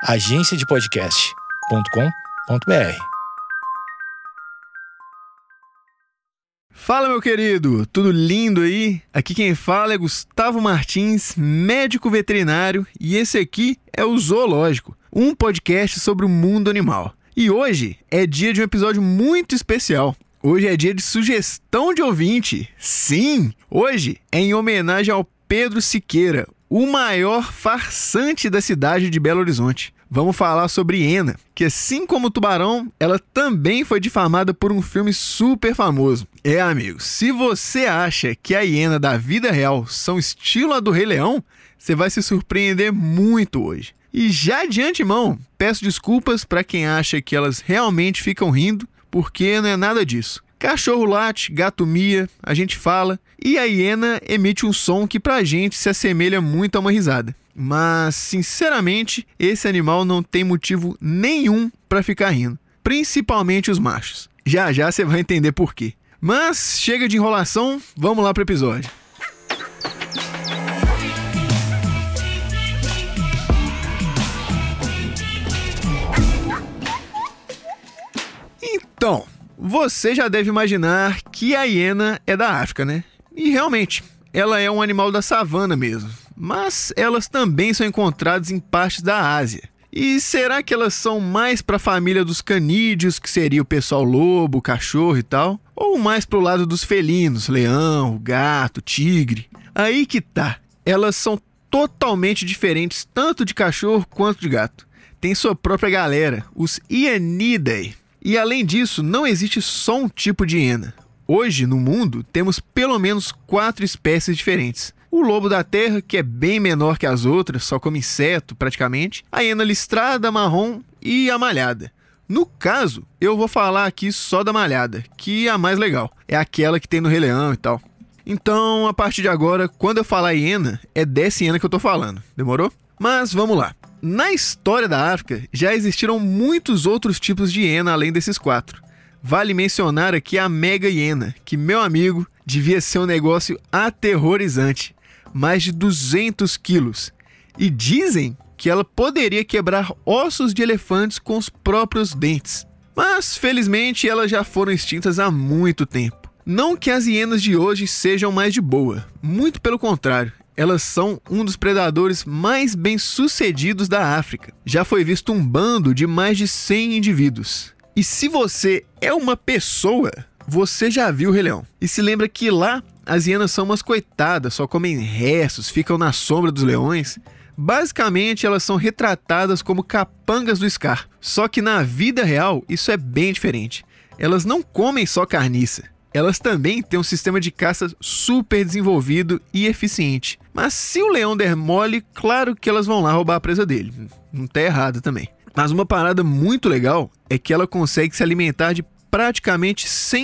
agenciadepodcast.com.br. Fala, meu querido, tudo lindo aí? Aqui quem fala é Gustavo Martins, médico veterinário, e esse aqui é o Zoológico, um podcast sobre o mundo animal. E hoje é dia de um episódio muito especial. Hoje é dia de sugestão de ouvinte. Sim, hoje é em homenagem ao Pedro Siqueira, o maior farsante da cidade de Belo Horizonte. Vamos falar sobre hiena, que assim como o tubarão, ela também foi difamada por um filme super famoso. Amigo, se você acha que a hiena da vida real são estilo a do Rei Leão, você vai se surpreender muito hoje. E já de antemão, peço desculpas para quem acha que elas realmente ficam rindo, porque não é nada disso. Cachorro late, gato mia, a gente fala, e a hiena emite um som que pra gente se assemelha muito a uma risada. Mas, sinceramente, esse animal não tem motivo nenhum para ficar rindo, principalmente os machos. Já já você vai entender por quê. Mas chega de enrolação, vamos lá pro episódio. Então, você já deve imaginar que a hiena é da África, né? E realmente, ela é um animal da savana mesmo. Mas elas também são encontradas em partes da Ásia. E será que elas são mais para a família dos canídeos, que seria o pessoal lobo, cachorro e tal? Ou mais pro lado dos felinos, leão, gato, tigre? Aí que tá. Elas são totalmente diferentes tanto de cachorro quanto de gato. Tem sua própria galera, os Hyenidae. E além disso, não existe só um tipo de hiena. Hoje, no mundo, temos pelo menos 4 espécies diferentes. O lobo da terra, que é bem menor que as outras, só come inseto praticamente. A hiena listrada, marrom e a malhada. No caso, eu vou falar aqui só da malhada, que é a mais legal. É aquela que tem no Rei Leão e tal. Então, a partir de agora, quando eu falar hiena, é dessa hiena que eu tô falando. Demorou? Mas vamos lá. Na história da África, já existiram muitos outros tipos de hiena além desses 4. Vale mencionar aqui a mega hiena, que, meu amigo, devia ser um negócio aterrorizante. Mais de 200 quilos. E dizem que ela poderia quebrar ossos de elefantes com os próprios dentes. Mas, felizmente, elas já foram extintas há muito tempo. Não que as hienas de hoje sejam mais de boa, muito pelo contrário. Elas são um dos predadores mais bem-sucedidos da África. Já foi visto um bando de mais de 100 indivíduos. E se você é uma pessoa, você já viu o Rei Leão. E se lembra que lá as hienas são umas coitadas, só comem restos, ficam na sombra dos leões. Basicamente, elas são retratadas como capangas do Scar. Só que na vida real, isso é bem diferente. Elas não comem só carniça. Elas também têm um sistema de caça super desenvolvido e eficiente. Mas se o leão der mole, claro que elas vão lá roubar a presa dele. Não tá errado também. Mas uma parada muito legal é que ela consegue se alimentar de praticamente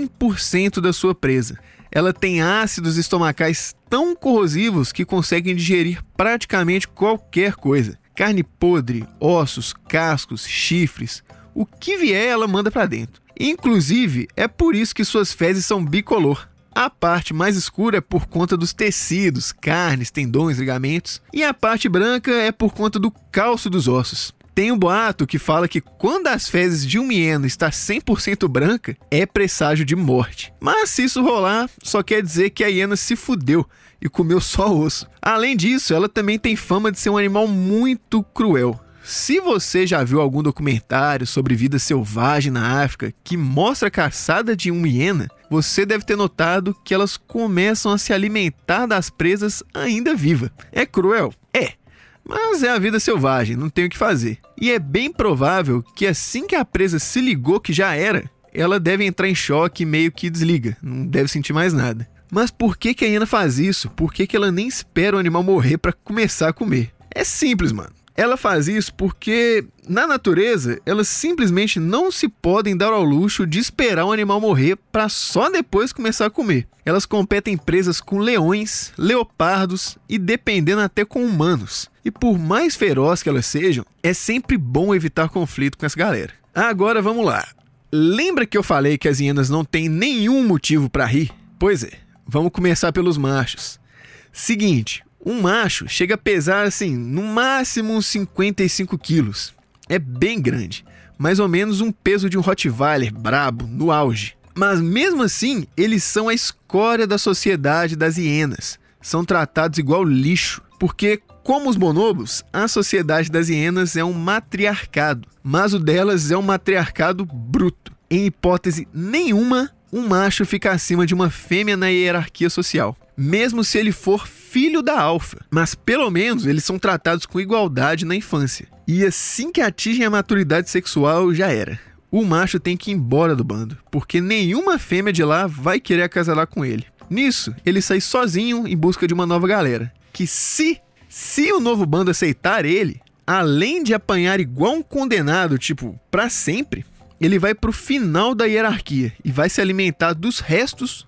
100% da sua presa. Ela tem ácidos estomacais tão corrosivos que conseguem digerir praticamente qualquer coisa. Carne podre, ossos, cascos, chifres, o que vier ela manda pra dentro. Inclusive, é por isso que suas fezes são bicolor. A parte mais escura é por conta dos tecidos, carnes, tendões, ligamentos, e a parte branca é por conta do cálcio dos ossos. Tem um boato que fala que quando as fezes de uma hiena está 100% branca, é presságio de morte. Mas se isso rolar, só quer dizer que a hiena se fudeu e comeu só osso. Além disso, ela também tem fama de ser um animal muito cruel. Se você já viu algum documentário sobre vida selvagem na África que mostra a caçada de uma hiena, você deve ter notado que elas começam a se alimentar das presas ainda viva. É cruel? É. Mas é a vida selvagem, não tem o que fazer. E é bem provável que assim que a presa se ligou que já era, ela deve entrar em choque e meio que desliga, não deve sentir mais nada. Mas por que a hiena faz isso? Por que ela nem espera o animal morrer para começar a comer? É simples, mano. Ela faz isso porque, na natureza, elas simplesmente não se podem dar ao luxo de esperar um animal morrer para só depois começar a comer. Elas competem presas com leões, leopardos e, dependendo, até com humanos. E por mais feroz que elas sejam, é sempre bom evitar conflito com essa galera. Agora vamos lá. Lembra que eu falei que as hienas não têm nenhum motivo para rir? Pois é, vamos começar pelos machos. Seguinte, um macho chega a pesar, assim, no máximo uns 55 quilos. é bem grande, mais ou menos um peso de um Rottweiler brabo, no auge. Mas mesmo assim, eles são a escória da sociedade das hienas. São tratados igual lixo, porque, como os bonobos, a sociedade das hienas é um matriarcado, mas o delas é um matriarcado bruto. Em hipótese nenhuma, um macho fica acima de uma fêmea na hierarquia social, mesmo se ele for filho da alfa. Mas pelo menos eles são tratados com igualdade na infância. E assim que atingem a maturidade sexual, já era. O macho tem que ir embora do bando, porque nenhuma fêmea de lá vai querer acasalar com ele. Nisso, ele sai sozinho em busca de uma nova galera, que se o novo bando aceitar ele, além de apanhar igual um condenado, tipo, pra sempre, ele vai pro final da hierarquia e vai se alimentar dos restos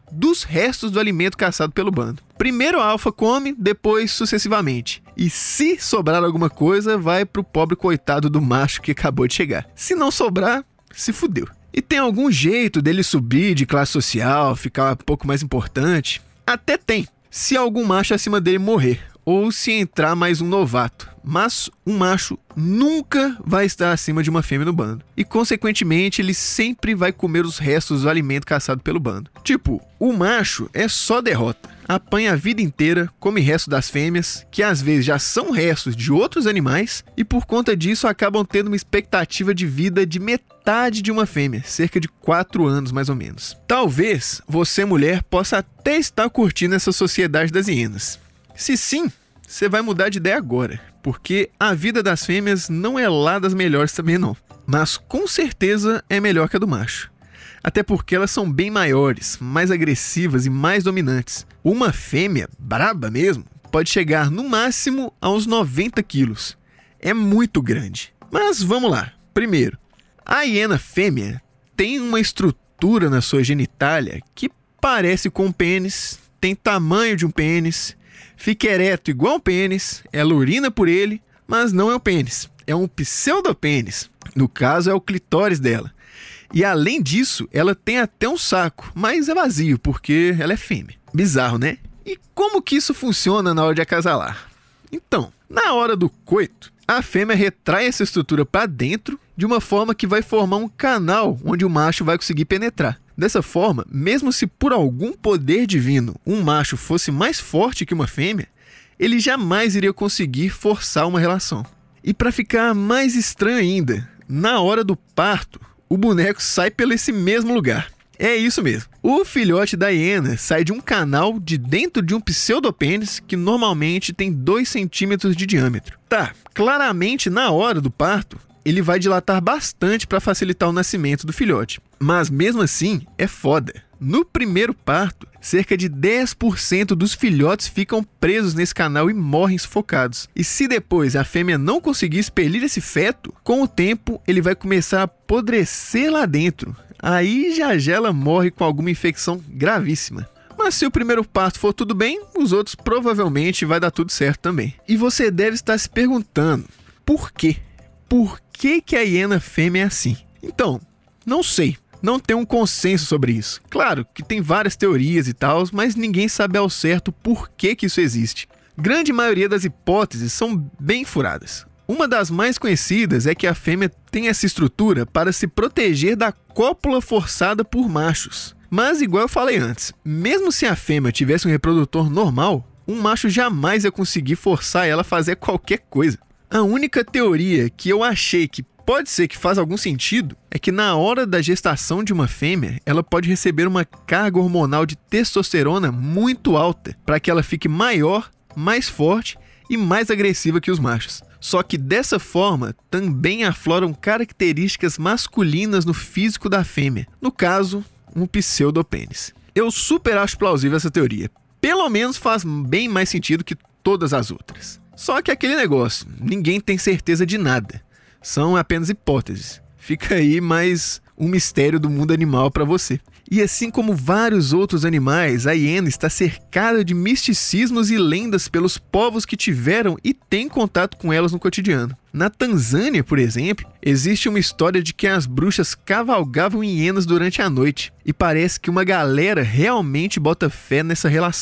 do alimento caçado pelo bando. Primeiro a alfa come, depois sucessivamente. E se sobrar alguma coisa, vai pro pobre coitado do macho que acabou de chegar. Se não sobrar, se fudeu. E tem algum jeito dele subir de classe social, ficar um pouco mais importante? Até tem, se algum macho acima dele morrer, ou se entrar mais um novato. Mas um macho nunca vai estar acima de uma fêmea no bando. E consequentemente ele sempre vai comer os restos do alimento caçado pelo bando. Tipo, o macho é só derrota. Apanha a vida inteira, come restos das fêmeas, que às vezes já são restos de outros animais, e por conta disso acabam tendo uma expectativa de vida de metade de uma fêmea, cerca de 4 anos mais ou menos. Talvez você, mulher, possa até estar curtindo essa sociedade das hienas. Se sim, você vai mudar de ideia agora, porque a vida das fêmeas não é lá das melhores também não. Mas com certeza é melhor que a do macho. Até porque elas são bem maiores, mais agressivas e mais dominantes. Uma fêmea, braba mesmo, pode chegar no máximo a uns 90 quilos. É muito grande. Mas vamos lá. Primeiro, a hiena fêmea tem uma estrutura na sua genitália que parece com um pênis, tem tamanho de um pênis, fica ereto igual um pênis, ela urina por ele, mas não é um pênis, é um pseudopênis. No caso, é o clitóris dela. E além disso, ela tem até um saco, mas é vazio, porque ela é fêmea. Bizarro, né? E como que isso funciona na hora de acasalar? Então, na hora do coito, a fêmea retrai essa estrutura para dentro de uma forma que vai formar um canal onde o macho vai conseguir penetrar. Dessa forma, mesmo se por algum poder divino um macho fosse mais forte que uma fêmea, ele jamais iria conseguir forçar uma relação. E para ficar mais estranho ainda, na hora do parto, o boneco sai pelo esse mesmo lugar. É isso mesmo. O filhote da hiena sai de um canal de dentro de um pseudopênis que normalmente tem 2 centímetros de diâmetro. Tá, claramente na hora do parto, ele vai dilatar bastante para facilitar o nascimento do filhote. Mas mesmo assim, é foda. No primeiro parto, cerca de 10% dos filhotes ficam presos nesse canal e morrem sufocados. E se depois a fêmea não conseguir expelir esse feto, com o tempo ele vai começar a apodrecer lá dentro. Aí já ela morre com alguma infecção gravíssima. Mas se o primeiro parto for tudo bem, os outros provavelmente vai dar tudo certo também. E você deve estar se perguntando, por quê? Por que a hiena fêmea é assim? Então, não sei. Não tem um consenso sobre isso. Claro que tem várias teorias e tal, mas ninguém sabe ao certo por que isso existe. Grande maioria das hipóteses são bem furadas. Uma das mais conhecidas é que a fêmea tem essa estrutura para se proteger da cópula forçada por machos. Mas igual eu falei antes, mesmo se a fêmea tivesse um reprodutor normal, um macho jamais ia conseguir forçar ela a fazer qualquer coisa. A única teoria que eu achei que pode ser que faz algum sentido é que na hora da gestação de uma fêmea, ela pode receber uma carga hormonal de testosterona muito alta para que ela fique maior, mais forte e mais agressiva que os machos. Só que dessa forma, também afloram características masculinas no físico da fêmea, no caso, um pseudopênis. Eu super acho plausível essa teoria. Pelo menos faz bem mais sentido que todas as outras. Só que aquele negócio, ninguém tem certeza de nada. São apenas hipóteses. Fica aí mais um mistério do mundo animal para você. E assim como vários outros animais, a hiena está cercada de misticismos e lendas pelos povos que tiveram e têm contato com elas no cotidiano. Na Tanzânia, por exemplo, existe uma história de que as bruxas cavalgavam em hienas durante a noite. E parece que uma galera realmente bota fé nessa relação.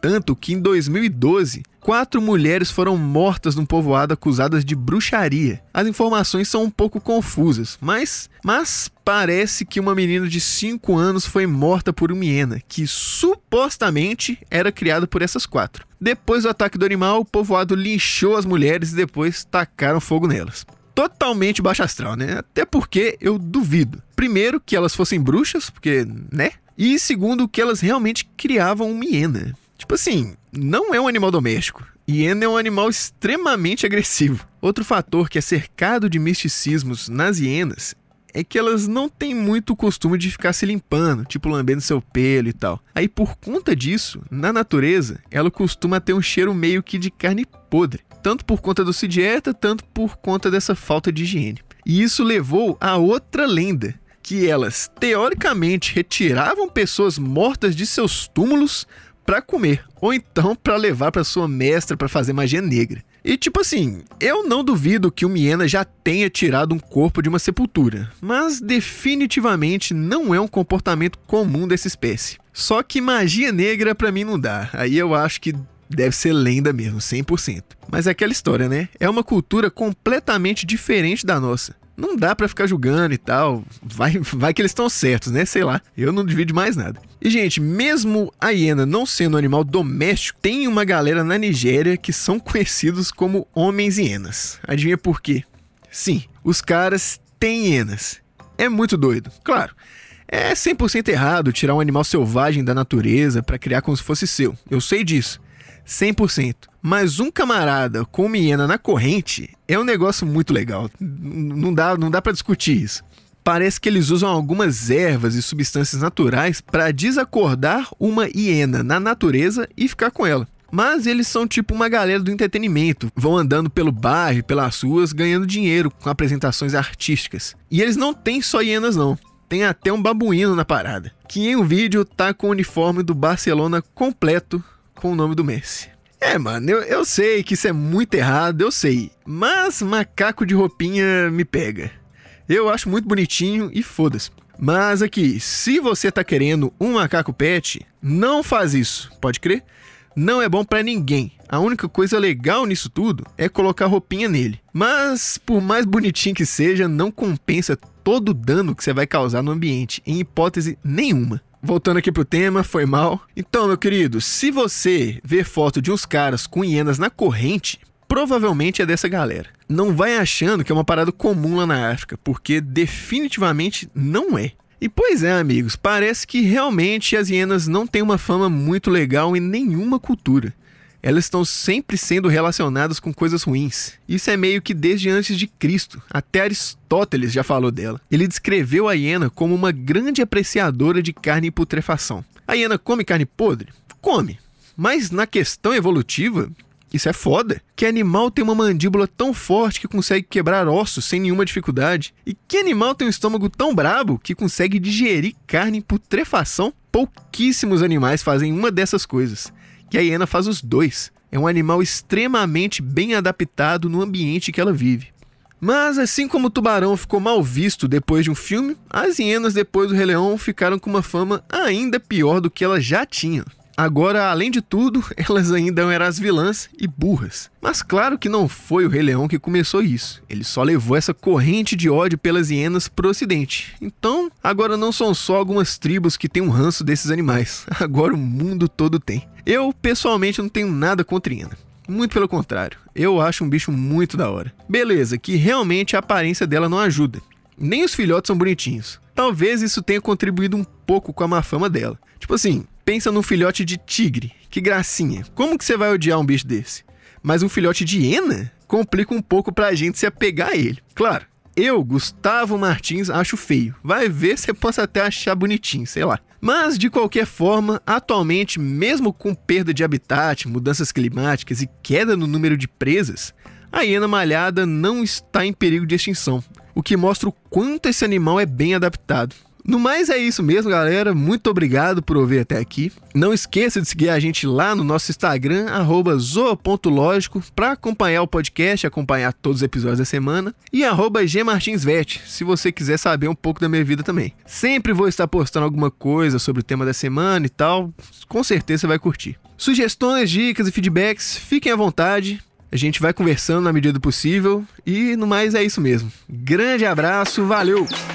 tanto que em 2012, 4 mulheres foram mortas num povoado acusadas de bruxaria. As informações são um pouco confusas, mas parece que uma menina de 5 anos foi morta por uma hiena, que supostamente era criada por essas 4. Depois do ataque do animal, o povoado linchou as mulheres e depois tacaram fogo nelas. Totalmente baixo astral, né? Até porque eu duvido. Primeiro, que elas fossem bruxas, porque, né? E segundo, que elas realmente criavam uma hiena. Tipo assim, não é um animal doméstico. Hiena é um animal extremamente agressivo. Outro fator que é cercado de misticismos nas hienas é que elas não têm muito costume de ficar se limpando, tipo lambendo seu pelo e tal. Aí por conta disso, na natureza, ela costuma ter um cheiro meio que de carne podre. Tanto por conta da sua dieta, tanto por conta dessa falta de higiene. E isso levou a outra lenda, que elas teoricamente retiravam pessoas mortas de seus túmulos para comer, ou então para levar para sua mestra para fazer magia negra. E tipo assim, eu não duvido que uma hiena já tenha tirado um corpo de uma sepultura, mas definitivamente não é um comportamento comum dessa espécie. Só que magia negra para mim não dá, aí eu acho que deve ser lenda mesmo, 100%. Mas é aquela história, né? É uma cultura completamente diferente da nossa. Não dá pra ficar julgando e tal. Vai que eles estão certos, né? Sei lá. Eu não divido mais nada. E, gente, mesmo a hiena não sendo um animal doméstico, tem uma galera na Nigéria que são conhecidos como homens hienas. Adivinha por quê? Sim, os caras têm hienas. É muito doido. Claro, é 100% errado tirar um animal selvagem da natureza pra criar como se fosse seu. Eu sei disso. 100%. Mas um camarada com uma hiena na corrente é um negócio muito legal. Não dá pra discutir isso. Parece que eles usam algumas ervas e substâncias naturais para desacordar uma hiena na natureza e ficar com ela. Mas eles são tipo uma galera do entretenimento. Vão andando pelo bairro, pelas ruas, ganhando dinheiro com apresentações artísticas. E eles não têm só hienas não. Tem até um babuíno na parada, que em um vídeo tá com o uniforme do Barcelona completo com o nome do Messi. Mano, eu sei que isso é muito errado, eu sei. Mas macaco de roupinha me pega. Eu acho muito bonitinho e foda-se. Mas aqui, se você tá querendo um macaco pet, não faz isso, pode crer? Não é bom pra ninguém. A única coisa legal nisso tudo é colocar roupinha nele. Mas, por mais bonitinho que seja, não compensa todo o dano que você vai causar no ambiente, em hipótese nenhuma. Voltando aqui pro tema, foi mal. Então, meu querido, se você ver foto de uns caras com hienas na corrente, provavelmente é dessa galera. Não vai achando que é uma parada comum lá na África, porque definitivamente não é. E pois é, amigos, parece que realmente as hienas não têm uma fama muito legal em nenhuma cultura. Elas estão sempre sendo relacionadas com coisas ruins. Isso é meio que desde antes de Cristo. Até Aristóteles já falou dela. Ele descreveu a hiena como uma grande apreciadora de carne em putrefação. A hiena come carne podre? Come. Mas na questão evolutiva, isso é foda. Que animal tem uma mandíbula tão forte que consegue quebrar ossos sem nenhuma dificuldade? E que animal tem um estômago tão brabo que consegue digerir carne em putrefação? Pouquíssimos animais fazem uma dessas coisas. Que a hiena faz os dois. É um animal extremamente bem adaptado no ambiente que ela vive. Mas assim como o tubarão ficou mal visto depois de um filme, as hienas depois do Rei Leão ficaram com uma fama ainda pior do que elas já tinham. Agora, além de tudo, elas ainda eram as vilãs e burras. Mas claro que não foi o Rei Leão que começou isso. Ele só levou essa corrente de ódio pelas hienas pro ocidente. Então, agora não são só algumas tribos que têm um ranço desses animais. Agora o mundo todo tem. Eu, pessoalmente, não tenho nada contra hiena. Muito pelo contrário. Eu acho um bicho muito da hora. Beleza, que realmente a aparência dela não ajuda. Nem os filhotes são bonitinhos. Talvez isso tenha contribuído um pouco com a má fama dela. Tipo assim, pensa num filhote de tigre. Que gracinha. Como que você vai odiar um bicho desse? Mas um filhote de hiena complica um pouco pra gente se apegar a ele. Claro, eu, Gustavo Martins, acho feio. Vai ver, você possa até achar bonitinho, sei lá. Mas, de qualquer forma, atualmente, mesmo com perda de habitat, mudanças climáticas e queda no número de presas, a hiena malhada não está em perigo de extinção, o que mostra o quanto esse animal é bem adaptado. No mais é isso mesmo, galera. Muito obrigado por ouvir até aqui. Não esqueça de seguir a gente lá no nosso Instagram, @zoa.logico, para acompanhar o podcast, acompanhar todos os episódios da semana. E @gmartinsvet, se você quiser saber um pouco da minha vida também. Sempre vou estar postando alguma coisa sobre o tema da semana e tal. Com certeza você vai curtir. Sugestões, dicas e feedbacks, fiquem à vontade. A gente vai conversando na medida do possível. E no mais é isso mesmo. Grande abraço, valeu!